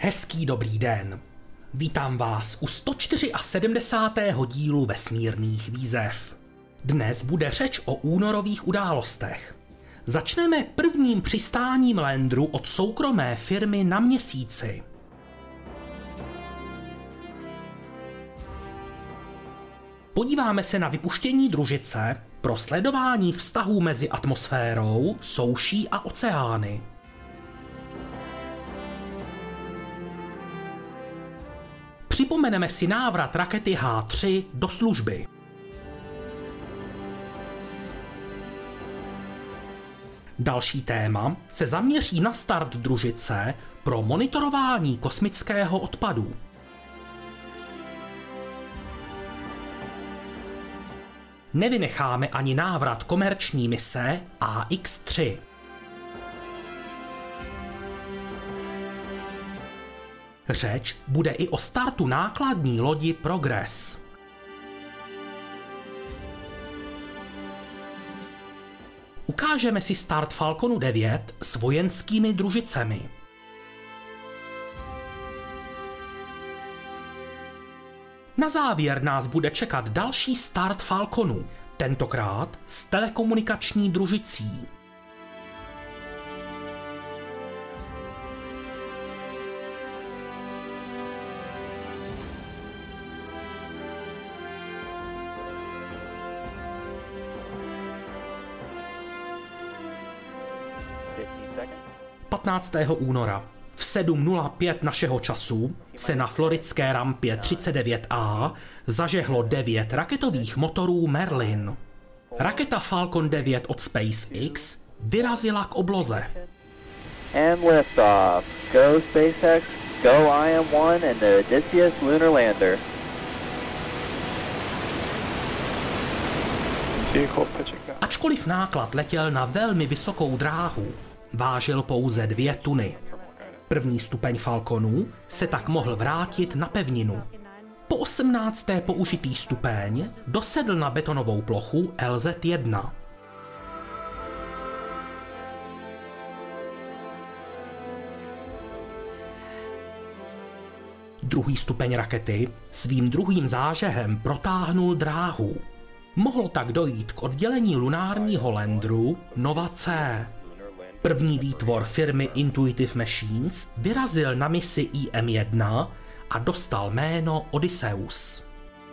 Hezký dobrý den. Vítám vás u 174. dílu vesmírných výzev. Dnes bude řeč o únorových událostech. Začneme prvním přistáním landeru od soukromé firmy na Měsíci. Podíváme se na vypuštění družice pro sledování vztahů mezi atmosférou, souší a oceány. Připomeneme si návrat rakety H3 do služby. Další téma se zaměří na start družice pro monitorování kosmického odpadu. Nevynecháme ani návrat komerční mise AX-3. Řeč bude i o startu nákladní lodi Progress. Ukážeme si start Falconu 9 s vojenskými družicemi. Na závěr nás bude čekat další start Falconu, tentokrát s telekomunikační družicí. - 15. února v 7:05 našeho času se na floridské rampě 39A zažehlo 9 raketových motorů Merlin. Raketa Falcon 9 od SpaceX vyrazila k obloze. And liftoff. Go SpaceX, go IM-1 and the Odysseus lunar lander. Ačkoliv náklad letěl na velmi vysokou dráhu, vážil pouze 2 tuny. První stupeň Falconu se tak mohl vrátit na pevninu. Po 18. použitý stupeň dosedl na betonovou plochu LZ-1. Druhý stupeň rakety svým druhým zážehem protáhnul dráhu. Mohlo tak dojít k oddělení lunárního landeru Nova C. První výtvor firmy Intuitive Machines vyrazil na misi IM-1 a dostal jméno Odysseus.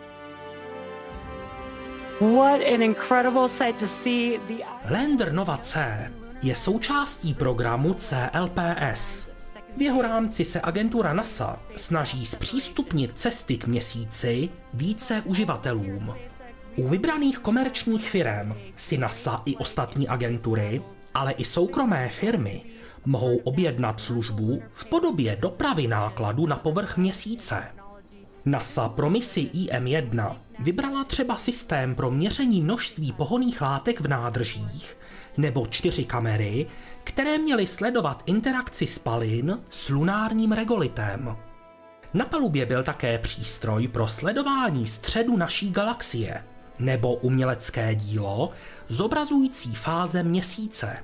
What an incredible sight to see. Lander Nova C je součástí programu CLPS. V jeho rámci se agentura NASA snaží zpřístupnit cesty k Měsíci více uživatelům. U vybraných komerčních firem si NASA i ostatní agentury, ale i soukromé firmy mohou objednat službu v podobě dopravy nákladu na povrch Měsíce. NASA pro misi IM-1 vybrala třeba systém pro měření množství pohonných látek v nádržích nebo 4 kamery, které měly sledovat interakci spalin s lunárním regolitem. Na palubě byl také přístroj pro sledování středu naší galaxie nebo umělecké dílo zobrazující fáze Měsíce.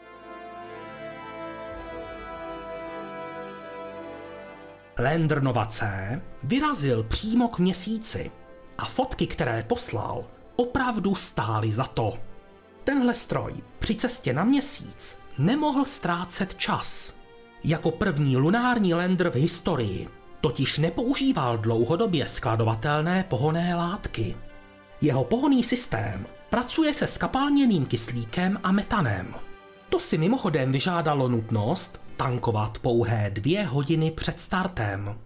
Lander Nova C vyrazil přímo k Měsíci a fotky, které poslal, opravdu stály za to. Tenhle stroj při cestě na Měsíc nemohl ztrácet čas. Jako první lunární lander v historii totiž nepoužíval dlouhodobě skladovatelné pohonné látky. Jeho pohonný systém pracuje se skapalněným kyslíkem a metanem. To si mimochodem vyžádalo nutnost tankovat pouhé 2 hodiny před startem.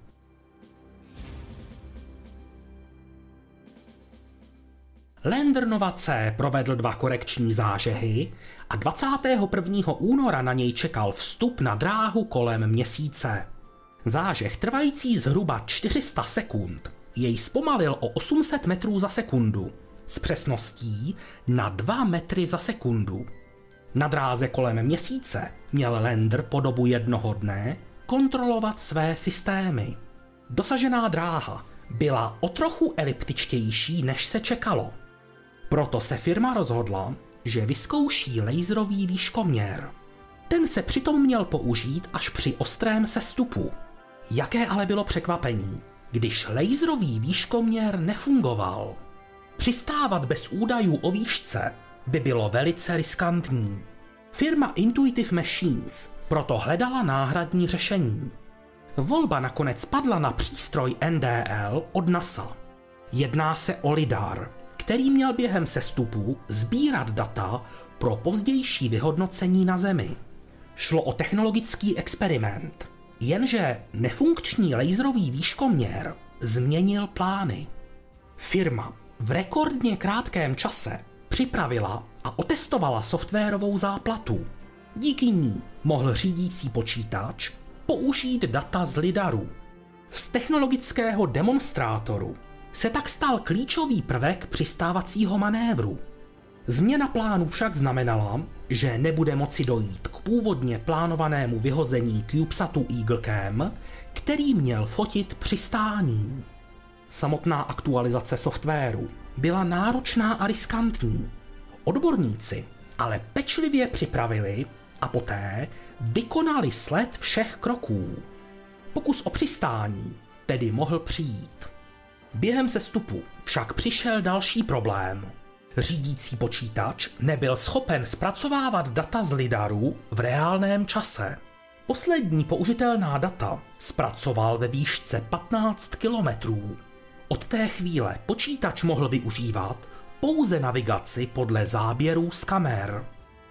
Lander Nova C provedl 2 korekční zážehy a 21. února na něj čekal vstup na dráhu kolem Měsíce. Zážeh trvající zhruba 400 sekund jej zpomalil o 800 metrů za sekundu, s přesností na 2 metry za sekundu. Na dráze kolem Měsíce měl lander po dobu 1 dne kontrolovat své systémy. Dosažená dráha byla o trochu eliptičtější, než se čekalo. Proto se firma rozhodla, že vyzkouší laserový výškoměr. Ten se přitom měl použít až při ostrém sestupu. Jaké ale bylo překvapení, když laserový výškoměr nefungoval. Přistávat bez údajů o výšce by bylo velice riskantní. Firma Intuitive Machines proto hledala náhradní řešení. Volba nakonec padla na přístroj NDL od NASA. Jedná se o lidar, který měl během sestupu sbírat data pro pozdější vyhodnocení na Zemi. Šlo o technologický experiment, jenže nefunkční laserový výškoměr změnil plány. Firma v rekordně krátkém čase připravila a otestovala softwarovou záplatu. Díky ní mohl řídící počítač použít data z lidaru. Z technologického demonstrátoru se tak stal klíčový prvek přistávacího manévru. Změna plánu však znamenala, že nebude moci dojít k původně plánovanému vyhození CubeSatu Eagle Cam, který měl fotit přistání. Samotná aktualizace softwaru byla náročná a riskantní. Odborníci ale pečlivě připravili a poté vykonali sled všech kroků. Pokus o přistání tedy mohl přijít. Během sestupu však přišel další problém. Řídící počítač nebyl schopen zpracovávat data z lidaru v reálném čase. Poslední použitelná data zpracoval ve výšce 15 kilometrů. Od té chvíle počítač mohl využívat pouze navigaci podle záběrů z kamer.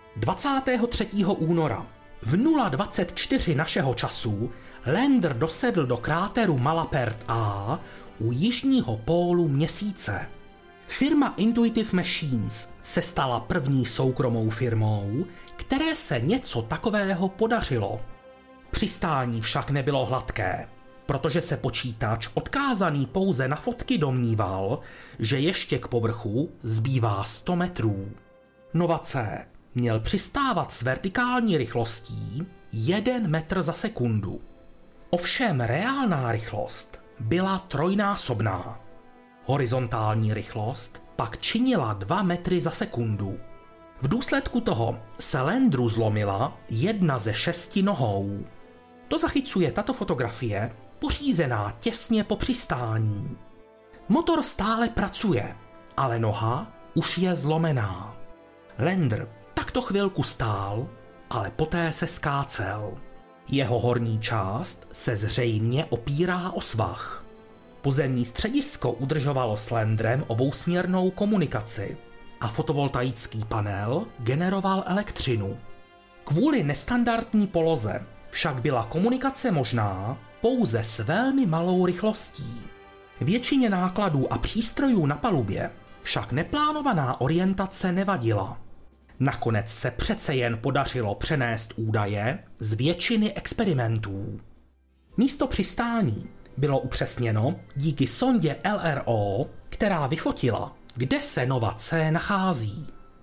23. února v 0:24 našeho času lander dosedl do kráteru Malapert A u jižního pólu Měsíce. Firma Intuitive Machines se stala první soukromou firmou, které se něco takového podařilo. Přistání však nebylo hladké, protože se počítač odkázaný pouze na fotky domníval, že ještě k povrchu zbývá 100 metrů. Nova C měl přistávat s vertikální rychlostí 1 metr za sekundu. Ovšem reálná rychlost byla trojnásobná. Horizontální rychlost pak činila 2 metry za sekundu. V důsledku toho se landru zlomila 1 ze 6 nohou. To zachycuje tato fotografie, pořízená těsně po přistání. Motor stále pracuje, ale noha už je zlomená. Lander takto chvilku stál, ale poté se skácel. Jeho horní část se zřejmě opírá o svah. Pozemní středisko udržovalo s landrem obousměrnou komunikaci a fotovoltaický panel generoval elektřinu. Kvůli nestandardní poloze však byla komunikace možná pouze s velmi malou rychlostí. Většině nákladů a přístrojů na palubě však neplánovaná orientace nevadila. Nakonec se přece jen podařilo přenést údaje z většiny experimentů. Místo přistání bylo upřesněno díky sondě LRO, která vyfotila, kde se Nova C nachází.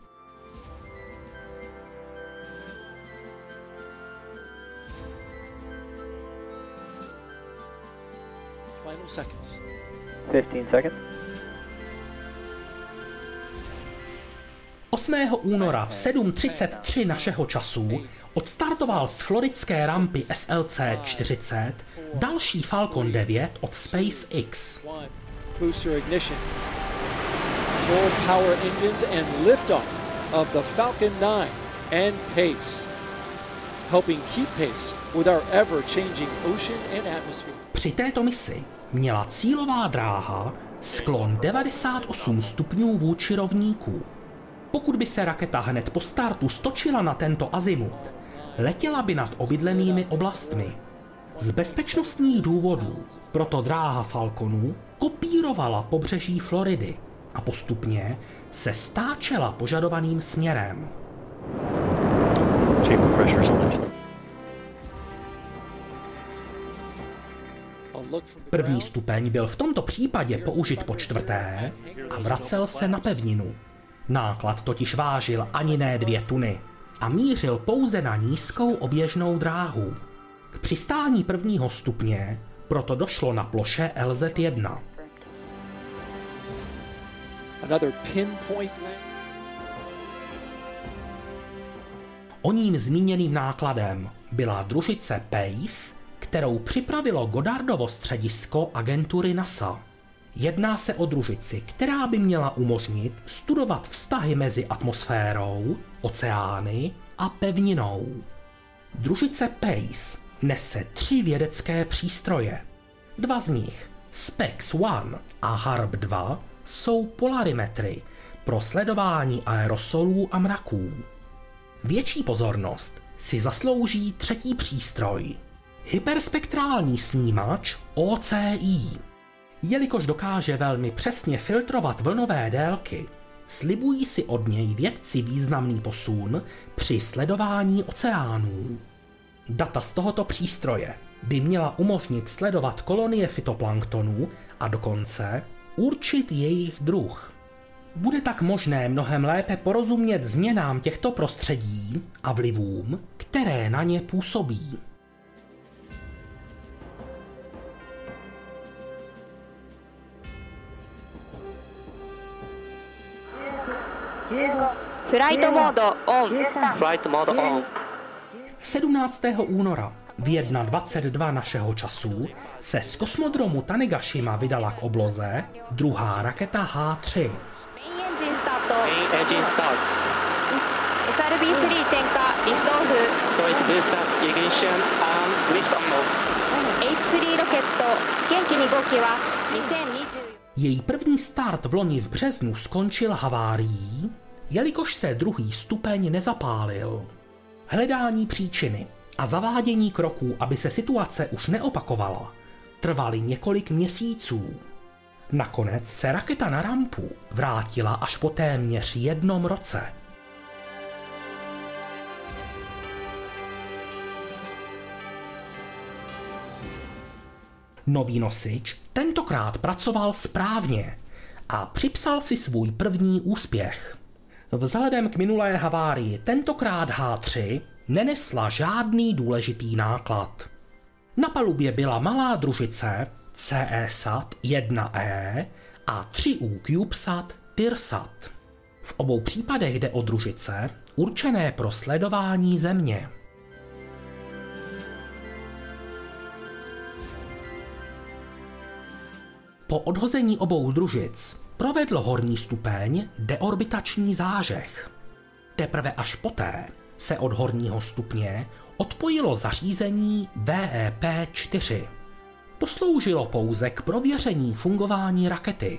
Final seconds. 15 seconds. 8. února v 7:33 našeho času odstartoval z floridské rampy SLC-40 další Falcon 9 od SpaceX. Booster ignition. Full power engines and liftoff of the Falcon 9 and pace. Helping keep pace with our ever-changing ocean and atmosphere. Při této misi měla cílová dráha sklon 98 stupňů vůči rovníku. Pokud by se raketa hned po startu stočila na tento azimut, letěla by nad obydlenými oblastmi. Z bezpečnostních důvodů proto dráha Falconu kopírovala pobřeží Floridy a postupně se stáčela požadovaným směrem. První stupeň byl v tomto případě použit po čtvrté a vracel se na pevninu. Náklad totiž vážil ani ne 2 tuny a mířil pouze na nízkou oběžnou dráhu. K přistání prvního stupně proto došlo na ploše LZ-1. O ním zmíněným nákladem byla družice Pace, kterou připravilo Goddardovo středisko agentury NASA. Jedná se o družici, která by měla umožnit studovat vztahy mezi atmosférou, oceány a pevninou. Družice PACE nese 3 vědecké přístroje. 2 z nich, SPEX-1 a HARP-2, jsou polarimetry pro sledování aerosolů a mraků. Větší pozornost si zaslouží 3. přístroj, hyperspektrální snímač OCI. Jelikož dokáže velmi přesně filtrovat vlnové délky, slibují si od něj vědci významný posun při sledování oceánů. Data z tohoto přístroje by měla umožnit sledovat kolonie fytoplanktonu a dokonce určit jejich druh. Bude tak možné mnohem lépe porozumět změnám těchto prostředí a vlivům, které na ně působí. Flight mode on. Flight mode on. 17. února v 1:22 našeho času se z kosmodromu Tanegashima vydala k obloze druhá raketa H3. Main engine start. SRB-3 点火、リフトオフ。 So it boosts ignition and lift off. H3 ロケット、試験機2号機は2020。 Její první start v loni v březnu skončil havárií, jelikož se druhý stupeň nezapálil. Hledání příčiny a zavádění kroků, aby se situace už neopakovala, trvaly několik měsíců. Nakonec se raketa na rampu vrátila až po téměř 1 roce. Nový nosič tentokrát pracoval správně a připsal si svůj první úspěch. Vzhledem k minulé havárii tentokrát H3 nenesla žádný důležitý náklad. Na palubě byla malá družice CESat 1E a 3U CubeSat TIRSat. V obou případech jde o družice určené pro sledování Země. Po odhození obou družic provedl horní stupeň deorbitační zážeh. Teprve až poté se od horního stupně odpojilo zařízení VEP-4. To sloužilo pouze k prověření fungování rakety.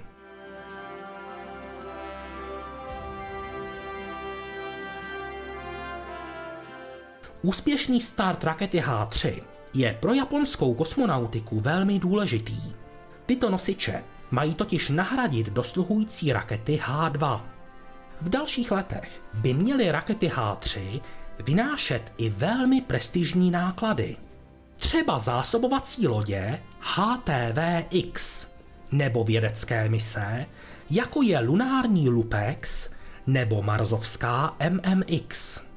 Úspěšný start rakety H3 je pro japonskou kosmonautiku velmi důležitý. Tyto nosiče mají totiž nahradit dosluhující rakety H2. V dalších letech by měly rakety H3 vynášet i velmi prestižní náklady. Třeba zásobovací lodě HTV-X nebo vědecké mise, jako je lunární Lupex nebo marsovská MMX.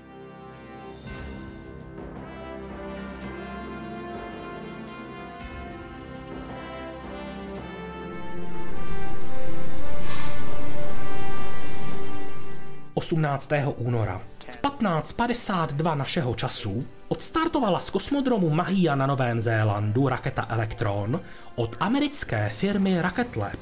února v 15:52 našeho času odstartovala z kosmodromu Mahia na Novém Zélandu raketa Electron od americké firmy Rocket Lab.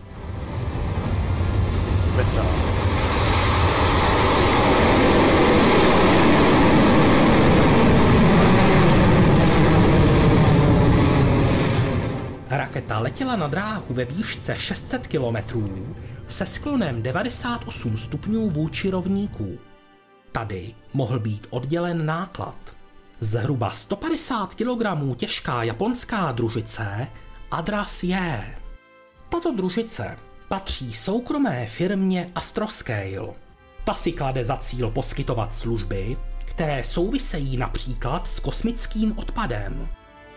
Raketa letěla na dráhu ve výšce 600 km se sklonem 98 stupňů vůči rovníku. Tady mohl být oddělen náklad. Zhruba 150 kg těžká japonská družice Adras J. Tato družice patří soukromé firmě Astroscale. Ta si klade za cíl poskytovat služby, které souvisejí například s kosmickým odpadem.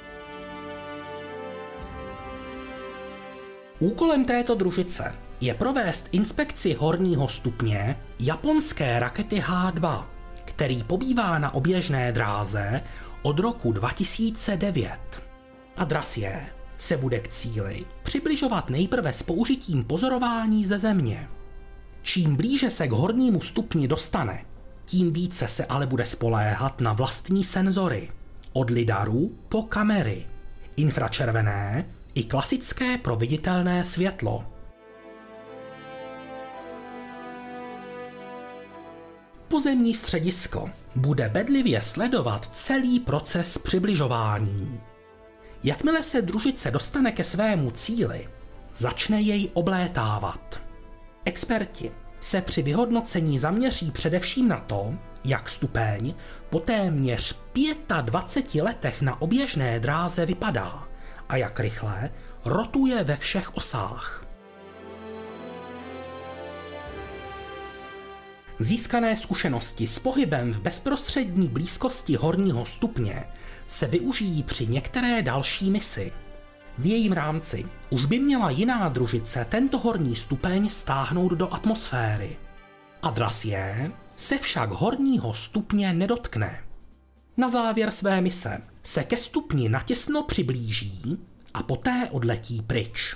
Úkolem této družice je provést inspekci horního stupně japonské rakety H2, který pobývá na oběžné dráze od roku 2009. Adras J se bude k cíli přibližovat nejprve s použitím pozorování ze Země. Čím blíže se k hornímu stupni dostane, tím více se ale bude spoléhat na vlastní senzory, Od lidaru po kamery, infračervené i klasické pro viditelné světlo. Pozemní středisko bude bedlivě sledovat celý proces přibližování. Jakmile se družice dostane ke svému cíli, začne jej oblétávat. Experti se při vyhodnocení zaměří především na to, jak stupeň po téměř 25 letech na oběžné dráze vypadá a jak rychle rotuje ve všech osách. Získané zkušenosti s pohybem v bezprostřední blízkosti horního stupně se využijí při některé další misi. V jejím rámci už by měla jiná družice tento horní stupeň stáhnout do atmosféry. Adrasie se však horního stupně nedotkne. Na závěr své mise se ke stupni natěsno přiblíží a poté odletí pryč.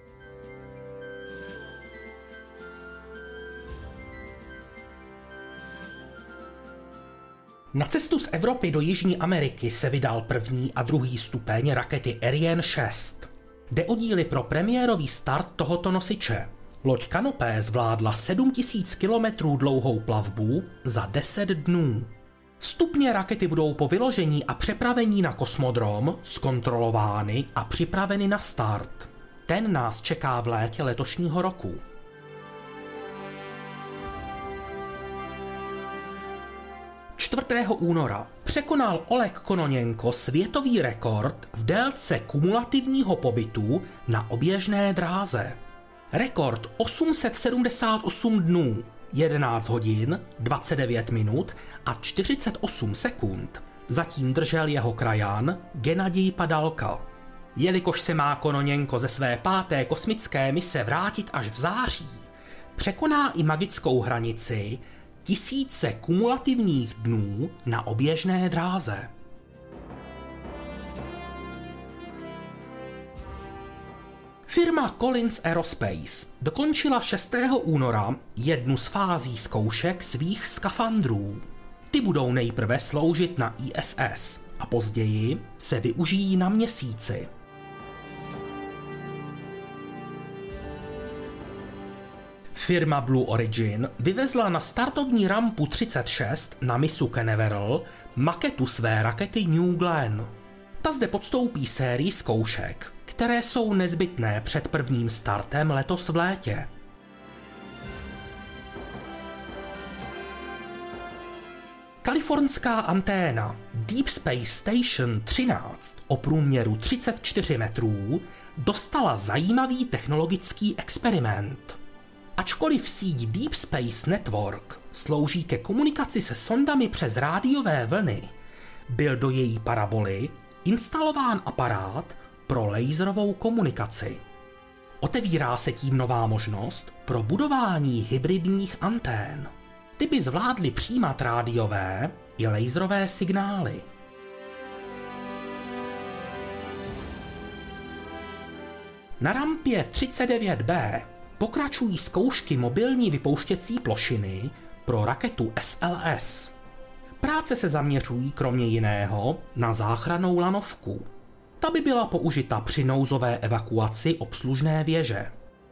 Na cestu z Evropy do Jižní Ameriky se vydal první a druhý stupeň rakety Ariane 6. Jde o díly pro premiérový start tohoto nosiče. Loď Canopé zvládla 7000 km dlouhou plavbu za 10 dnů. Stupně rakety budou po vyložení a přepravení na kosmodrom zkontrolovány a připraveny na start. Ten nás čeká v létě letošního roku. 4. února překonal Oleg Kononenko světový rekord v délce kumulativního pobytu na oběžné dráze. Rekord 878 dnů, 11 hodin, 29 minut a 48 sekund zatím držel jeho krajan Gennadij Padalka. Jelikož se má Kononenko ze své 5. kosmické mise vrátit až v září, překoná i magickou hranici 1000 kumulativních dnů na oběžné dráze. Firma Collins Aerospace dokončila 6. února jednu z fází zkoušek svých skafandrů. Ty budou nejprve sloužit na ISS a později se využijí na Měsíci. Firma Blue Origin vyvezla na startovní rampu 36 na mysu Canaveral maketu své rakety New Glenn. Ta zde podstoupí sérii zkoušek, které jsou nezbytné před prvním startem letos v létě. Kalifornská anténa Deep Space Station 13 o průměru 34 metrů dostala zajímavý technologický experiment. Ačkoliv síť Deep Space Network slouží ke komunikaci se sondami přes rádiové vlny, byl do její paraboly instalován aparát pro laserovou komunikaci. Otevírá se tím nová možnost pro budování hybridních antén. Ty by zvládly přijímat rádiové i laserové signály. Na rampě 39B pokračují zkoušky mobilní vypouštěcí plošiny pro raketu SLS. Práce se zaměřují kromě jiného na záchrannou lanovku. Ta by byla použita při nouzové evakuaci obslužné věže.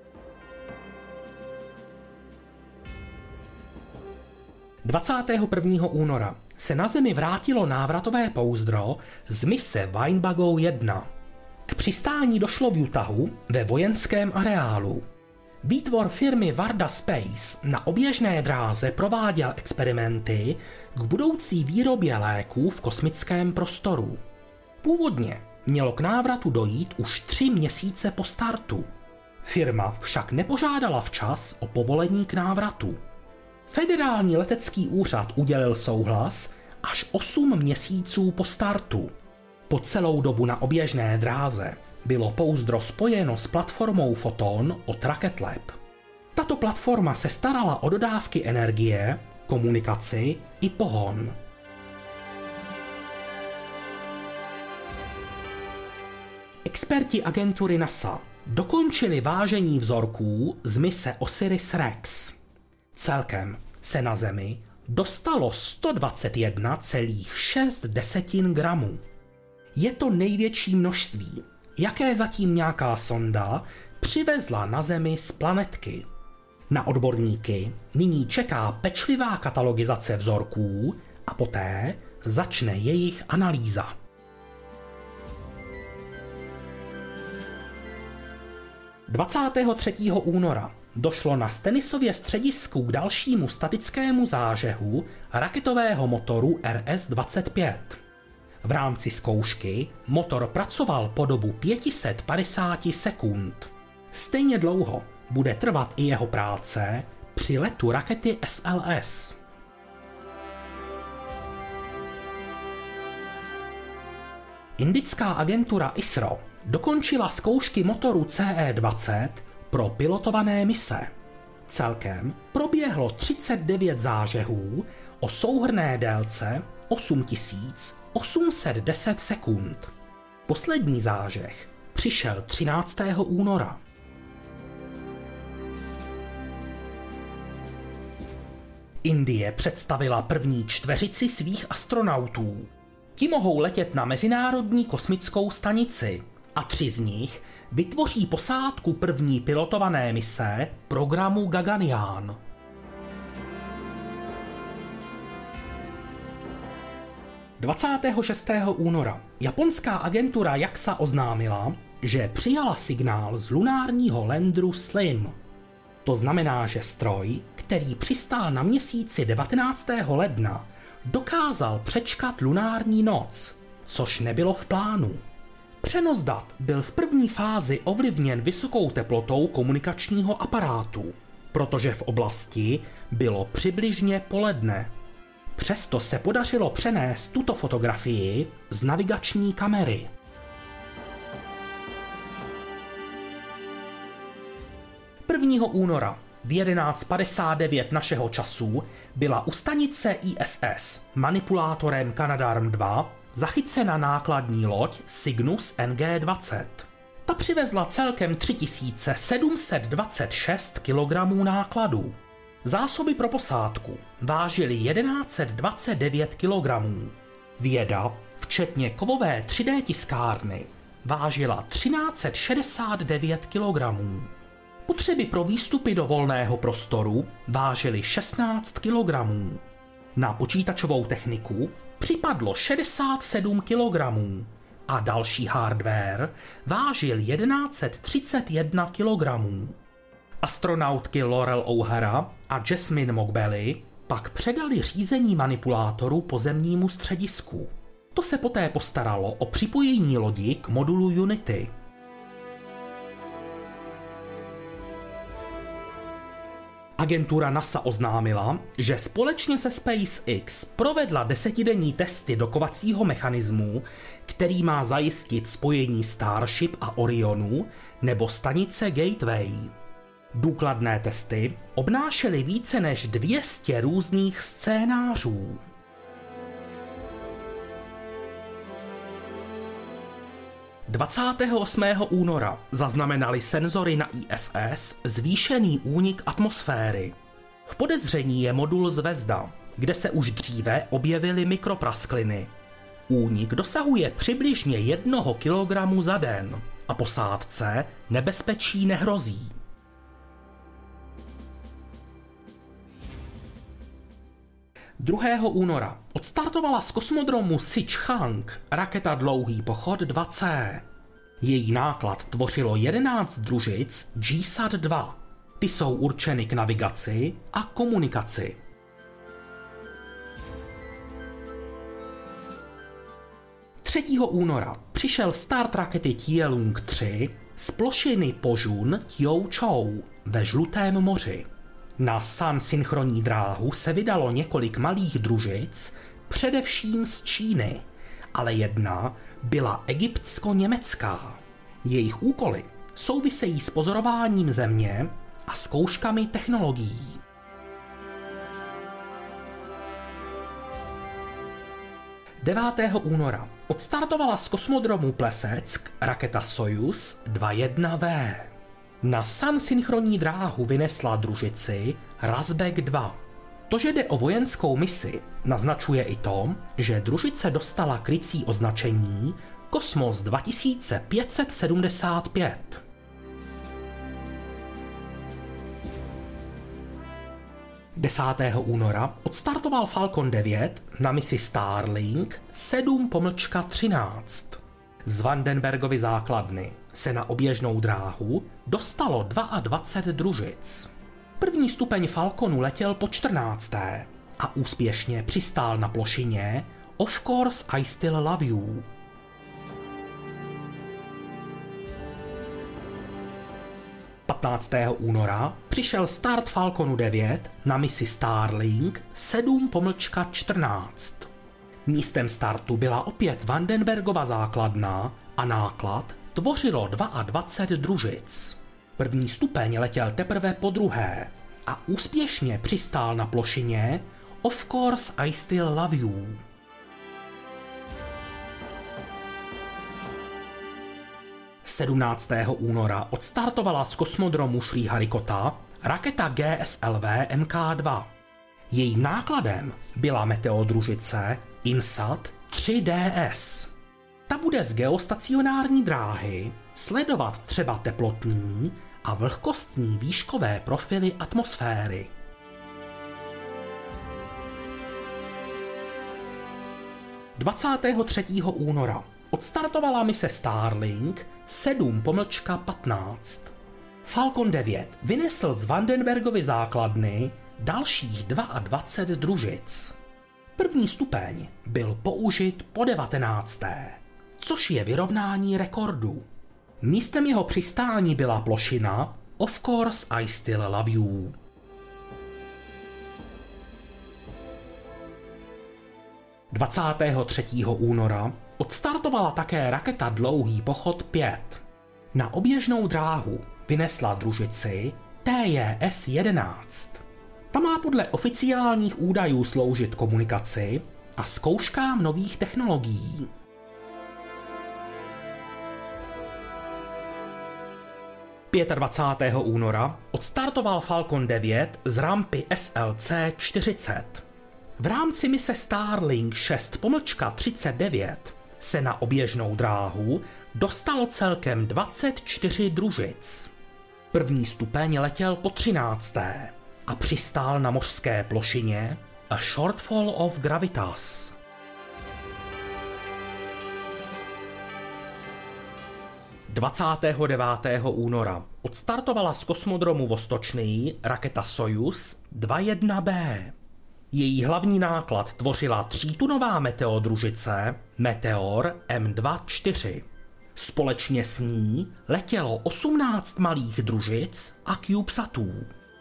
– 21. února se na Zemi vrátilo návratové pouzdro z mise Winnebago 1. K přistání došlo v Utahu ve vojenském areálu. Výtvor firmy Varda Space na oběžné dráze prováděl experimenty k budoucí výrobě léků v kosmickém prostoru. Původně mělo k návratu dojít už 3 měsíce po startu. Firma však nepožádala včas o povolení k návratu. Federální letecký úřad udělil souhlas až 8 měsíců po startu. Po celou dobu na oběžné dráze bylo pouzdro spojeno s platformou Photon od Rocket Lab. Tato platforma se starala o dodávky energie, komunikaci i pohon. Experti agentury NASA dokončili vážení vzorků z mise OSIRIS-REx. Celkem se na Zemi dostalo 121,6 gramů. Je to největší množství, jaké zatím nějaká sonda přivezla na Zemi z planetky. Na odborníky nyní čeká pečlivá katalogizace vzorků a poté začne jejich analýza. Dvacátého 3. února došlo na Stennisově středisku k dalšímu statickému zážehu raketového motoru RS-25. V rámci zkoušky motor pracoval po dobu 550 sekund. Stejně dlouho bude trvat i jeho práce při letu rakety SLS. Indická agentura ISRO dokončila zkoušky motoru CE-20 pro pilotované mise. Celkem proběhlo 39 zážehů o souhrnné délce 8810 sekund. Poslední zážeh přišel 13. února. Indie představila první čtveřici svých astronautů. Ti mohou letět na Mezinárodní kosmickou stanici a 3 z nich vytvoří posádku první pilotované mise programu Gaganyaan. – 26. února japonská agentura JAXA oznámila, že přijala signál z lunárního landeru SLIM. To znamená, že stroj, který přistál na Měsíci 19. ledna, dokázal přečkat lunární noc, což nebylo v plánu. Přenos dat byl v první fázi ovlivněn vysokou teplotou komunikačního aparátu, protože v oblasti bylo přibližně poledne. Přesto se podařilo přenést tuto fotografii z navigační kamery. Února v 11:59 našeho času byla u stanice ISS manipulátorem Canadarm2 zachycena nákladní loď Cygnus NG-20. Ta přivezla celkem 3726 kg nákladů. Zásoby pro posádku vážily 1129 kg. Věda, včetně kovové 3D tiskárny, vážila 1369 kg. Potřeby pro výstupy do volného prostoru vážily 16 kg. Na počítačovou techniku připadlo 67 kg a další hardware vážil 1131 kg. Astronautky Laurel O'Hara a Jasmine Mogbelli pak předali řízení manipulátoru pozemnímu středisku. To se poté postaralo o připojení lodi k modulu Unity. Agentura NASA oznámila, že společně se SpaceX provedla 10denní testy dokovacího mechanismu, který má zajistit spojení Starship a Orionu nebo stanice Gateway. Důkladné testy obnášely více než 200 různých scénářů. – 28. února zaznamenali senzory na ISS zvýšený únik atmosféry. V podezření je modul Zvezda, kde se už dříve objevily mikropraskliny. Únik dosahuje přibližně 1 kilogramu za den a posádce nebezpečí nehrozí. 2. února odstartovala z kosmodromu Sichang raketa Dlouhý pochod 2C. Její náklad tvořilo 11 družic GSAT-2. Ty jsou určeny k navigaci a komunikaci. 3. února přišel start rakety Tianlong-3 z plošiny Požun Tiaochou ve Žlutém moři. Na Sun synchronní dráhu se vydalo několik malých družic, především z Číny, ale jedna byla egyptsko-německá. Jejich úkoly souvisejí s pozorováním Země a zkouškami technologií. 9. února odstartovala z kosmodromu Plesetsk raketa Sojuz 21V. Na Sun synchronní dráhu vynesla družici Razbek 2. To, že jde o vojenskou misi, naznačuje i to, že družice dostala krycí označení Kosmos 2575. února odstartoval Falcon 9 na misi Starlink 7-13. Z Vandenbergovy základny se na oběžnou dráhu dostalo 22 družic. První stupeň Falconu letěl po 14. a úspěšně přistál na plošině Of Course I Still Love You. února přišel start Falconu 9 na misi Starlink 7-14. Místem startu byla opět Vandenbergova základna a náklad tvořilo 22 družic. První stupeň letěl teprve po druhé a úspěšně přistál na plošině Of Course I Still Love You. 17. února odstartovala z kosmodromu Šriharikota raketa GSLV Mk2. Jejím nákladem byla meteodružice InSat 3DS. Ta bude z geostacionární dráhy sledovat třeba teplotní a vlhkostní výškové profily atmosféry. 23. února odstartovala mise Starlink 7-15. Falcon 9 vynesl z Vandenbergovy základny dalších 22 družic. První stupeň byl použit po 19., což je vyrovnání rekordu. Místem jeho přistání byla plošina Of Course I Still Love You. února odstartovala také raketa Dlouhý pochod 5. Na oběžnou dráhu vynesla družici TJS-11. Ta má podle oficiálních údajů sloužit komunikaci a zkouškám nových technologií. února odstartoval Falcon 9 z rampy SLC-40. V rámci mise Starlink 6-39 se na oběžnou dráhu dostalo celkem 24 družic. První stupeň letěl po 13. a přistál na mořské plošině A Shortfall of Gravitas. února odstartovala z kosmodromu Vostočný raketa Sojuz 21B. Její hlavní náklad tvořila 3tunová meteodružice Meteor M24. Společně s ní letělo 18 malých družic a CubeSatů.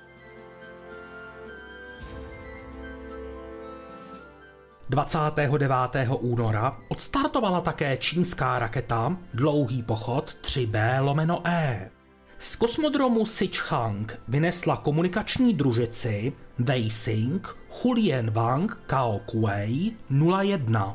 29. února odstartovala také čínská raketa Dlouhý pochod 3B/E. Z kosmodromu Sichang vynesla komunikační družici Weising Hulianwang Kaokuei 01.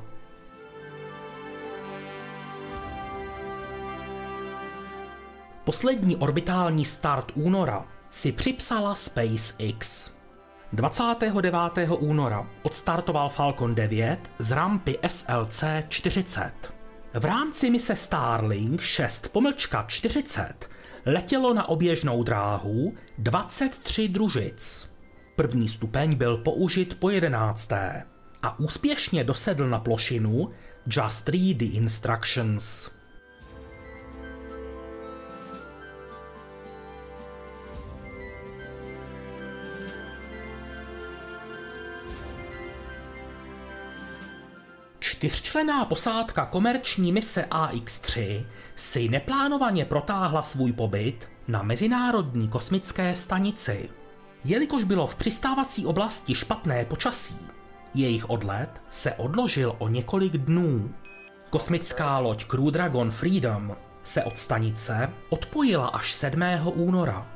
Poslední orbitální start února si připsala SpaceX. 29. února odstartoval Falcon 9 z rampy SLC-40. V rámci mise Starlink 6-40 letělo na oběžnou dráhu 23 družic. První stupeň byl použit po 11. a úspěšně dosedl na plošinu Just Read the Instructions. Čtyřčlenná posádka komerční mise AX-3 si neplánovaně protáhla svůj pobyt na Mezinárodní kosmické stanici. Jelikož bylo v přistávací oblasti špatné počasí, jejich odlet se odložil o několik dnů. Kosmická loď Crew Dragon Freedom se od stanice odpojila až 7. února.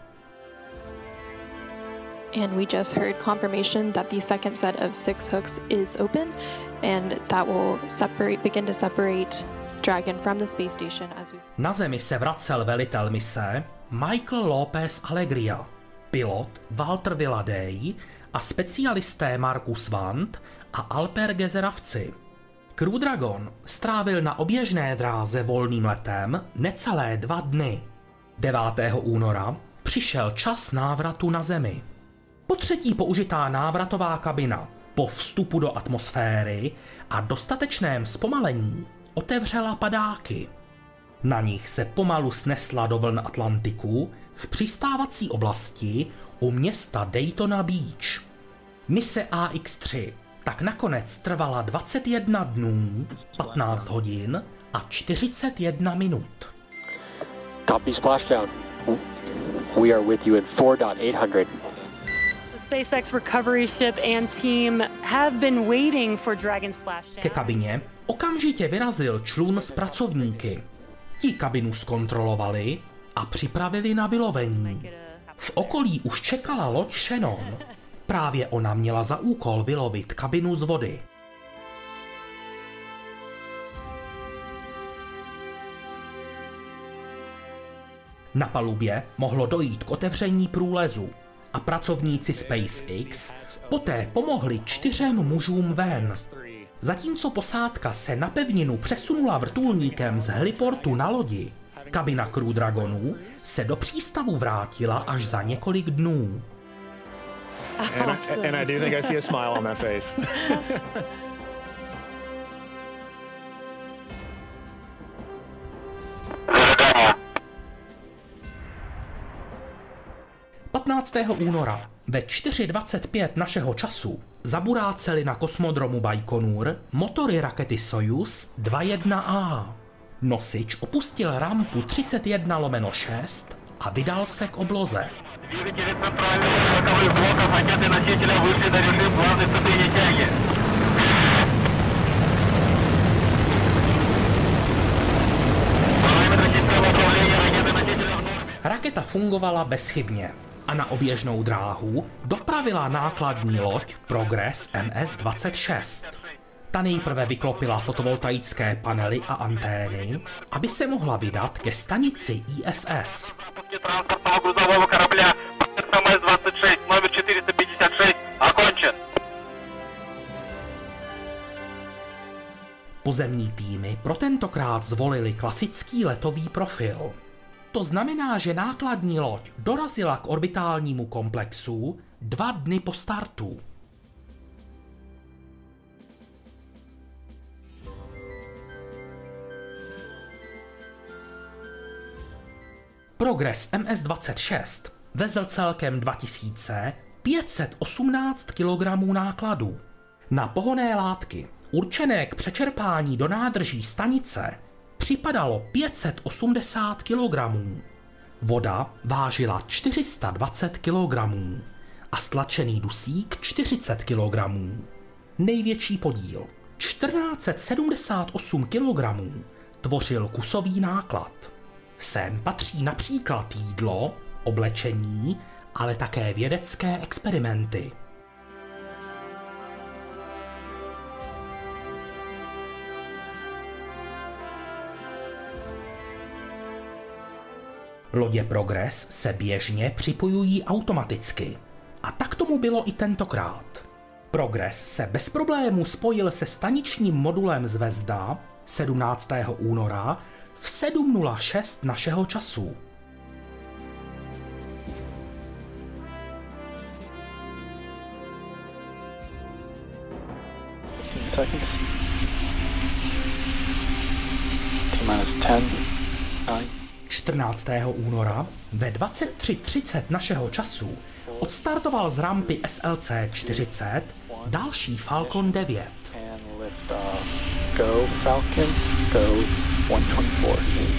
And we just heard confirmation that the second set of 6 hooks is open, and that will begin to separate Dragon from the space station as we... Na Zemi se vracel velitel mise Michael López Alegría, pilot Walter Villadej a specialisté Markus Wandt a Alper Gezeravci. Crew Dragon strávil na oběžné dráze volným letem necelé 2 dny. 9. února přišel čas návratu na Zemi. Potřetí použitá návratová kabina po vstupu do atmosféry a dostatečném zpomalení otevřela padáky. Na nich se pomalu snesla do vln Atlantiku v přistávací oblasti u města Daytona Beach. Mise AX-3 tak nakonec trvala 21 dnů, 15 hodin a 41 minut. Copy splashdown. We are with you in 4.800. SpaceX recovery ship and team have been waiting for Dragon splashdown. Ke kabině okamžitě vyrazil člun s pracovníky. Ti kabinu zkontrolovali a připravili na vylovení. V okolí už čekala loď Shannon. Právě ona měla za úkol vylovit kabinu z vody. Na palubě mohlo dojít k otevření průlezu a pracovníci SpaceX poté pomohli 4 mužům ven. Zatímco posádka se na pevninu přesunula vrtulníkem z heliportu na lodi, kabina Crew Dragonů se do přístavu vrátila až za několik dnů. And I do think I see a smile on that face. února ve 4:25 našeho času zaburácely na kosmodromu Bajkonur motory rakety Sojuz 21A. Nosič opustil rampu 31/6 a vydal se k obloze. Raketa fungovala bezchybně a na oběžnou dráhu dopravila nákladní loď Progress MS-26. Ta nejprve vyklopila fotovoltaické panely a antény, aby se mohla vydat ke stanici ISS. Pozemní týmy pro tentokrát zvolili klasický letový profil. To znamená, že nákladní loď dorazila k orbitálnímu komplexu 2 dny po startu. Progress MS-26 vezl celkem 2518 kg nákladu. Na pohonné látky určené k přečerpání do nádrží stanice připadalo 580 kg. Voda vážila 420 kg a stlačený dusík 40 kg. Největší podíl 1478 kg tvořil kusový náklad. Sem patří například jídlo, oblečení, ale také vědecké experimenty. Lodě Progress se běžně připojují automaticky. A tak tomu bylo i tentokrát. Progress se bez problémů spojil se staničním modulem Zvezda 17. února v 7:06 našeho času. Seconds. T-minus 10, 9. 14. února ve 23:30 našeho času odstartoval z rampy SLC-40 další Falcon 9. Go Falcon, go 124.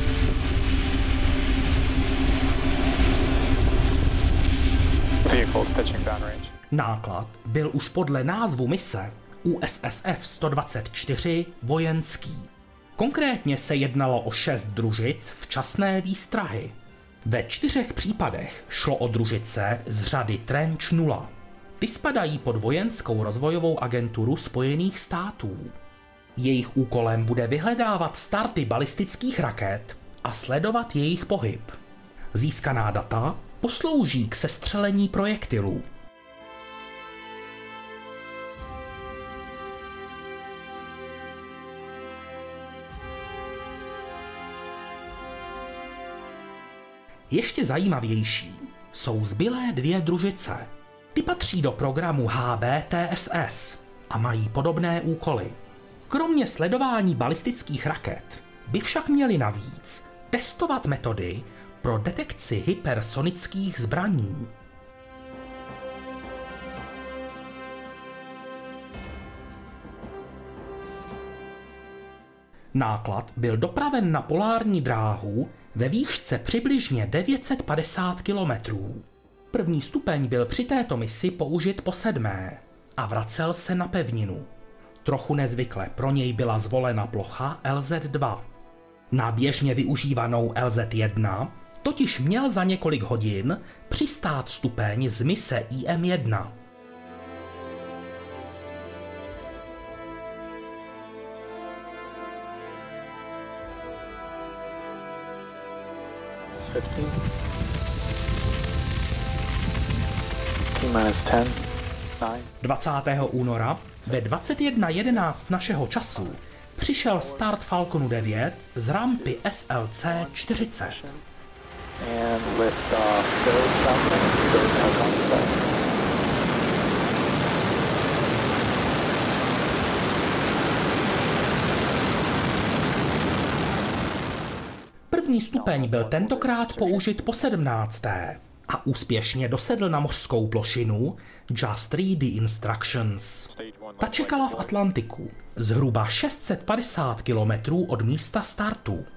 Vehicle pitching downrange. Náklad byl už podle názvu mise USSF 124 vojenský. Konkrétně se jednalo o 6 družic včasné výstrahy. Ve 4 případech šlo o družice z řady Trench 0. Ty spadají pod vojenskou rozvojovou agenturu Spojených států. Jejich úkolem bude vyhledávat starty balistických raket a sledovat jejich pohyb. Získaná data poslouží k sestřelení projektilů. Ještě zajímavější jsou zbylé 2 družice. Ty patří do programu HBTSS a mají podobné úkoly. Kromě sledování balistických raket by však měli navíc testovat metody pro detekci hypersonických zbraní. Náklad byl dopraven na polární dráhu ve výšce přibližně 950 kilometrů. První stupeň byl při této misi použit po 7. a vracel se na pevninu. Trochu nezvykle pro něj byla zvolena plocha LZ-2. Na běžně využívanou LZ-1 totiž měl za několik hodin přistát stupeň z mise IM-1. T-minus 10, 9. 20. února ve 21:11 našeho času přišel start Falconu 9 z rampy SLC-40. And liftoff. Go Falcon. Go Falcon. První stupeň byl tentokrát použit po 17. a úspěšně dosedl na mořskou plošinu Just Read the Instructions. Ta čekala v Atlantiku, zhruba 650 kilometrů od místa startu.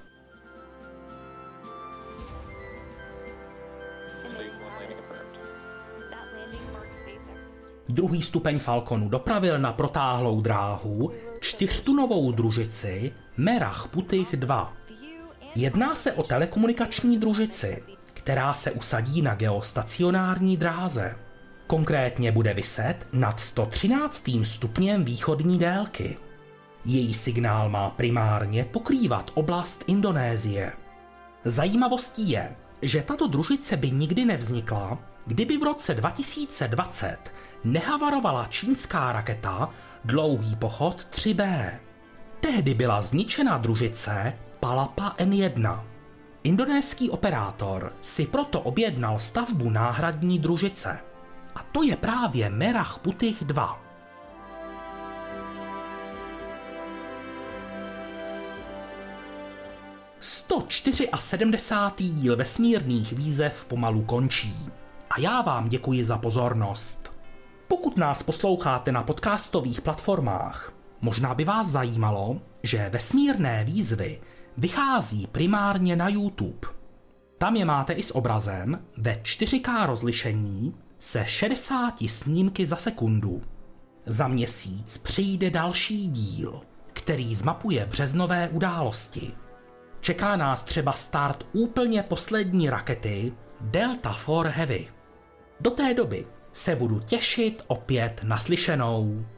Druhý stupeň Falconu dopravil na protáhlou dráhu 4tunovou družici Merach Putih 2. Jedná se o telekomunikační družici, která se usadí na geostacionární dráze. Konkrétně bude viset nad 113. stupněm východní délky. Její signál má primárně pokrývat oblast Indonésie. Zajímavostí je, že tato družice by nikdy nevznikla, kdyby v roce 2020 nehavarovala čínská raketa Dlouhý pochod 3B. Tehdy byla zničena družice Palapa N1. Indonéský operátor si proto objednal stavbu náhradní družice. A to je právě Merach Putih 2. ...174. díl vesmírných výzev pomalu končí. A já vám děkuji za pozornost. Pokud nás posloucháte na podcastových platformách, možná by vás zajímalo, že vesmírné výzvy vychází primárně na YouTube. Tam je máte i s obrazem ve 4K rozlišení se 60 snímky za sekundu. Za měsíc přijde další díl, který zmapuje březnové události. Čeká nás třeba start úplně poslední rakety Delta IV Heavy. Do té doby se budu těšit opět na slyšenou.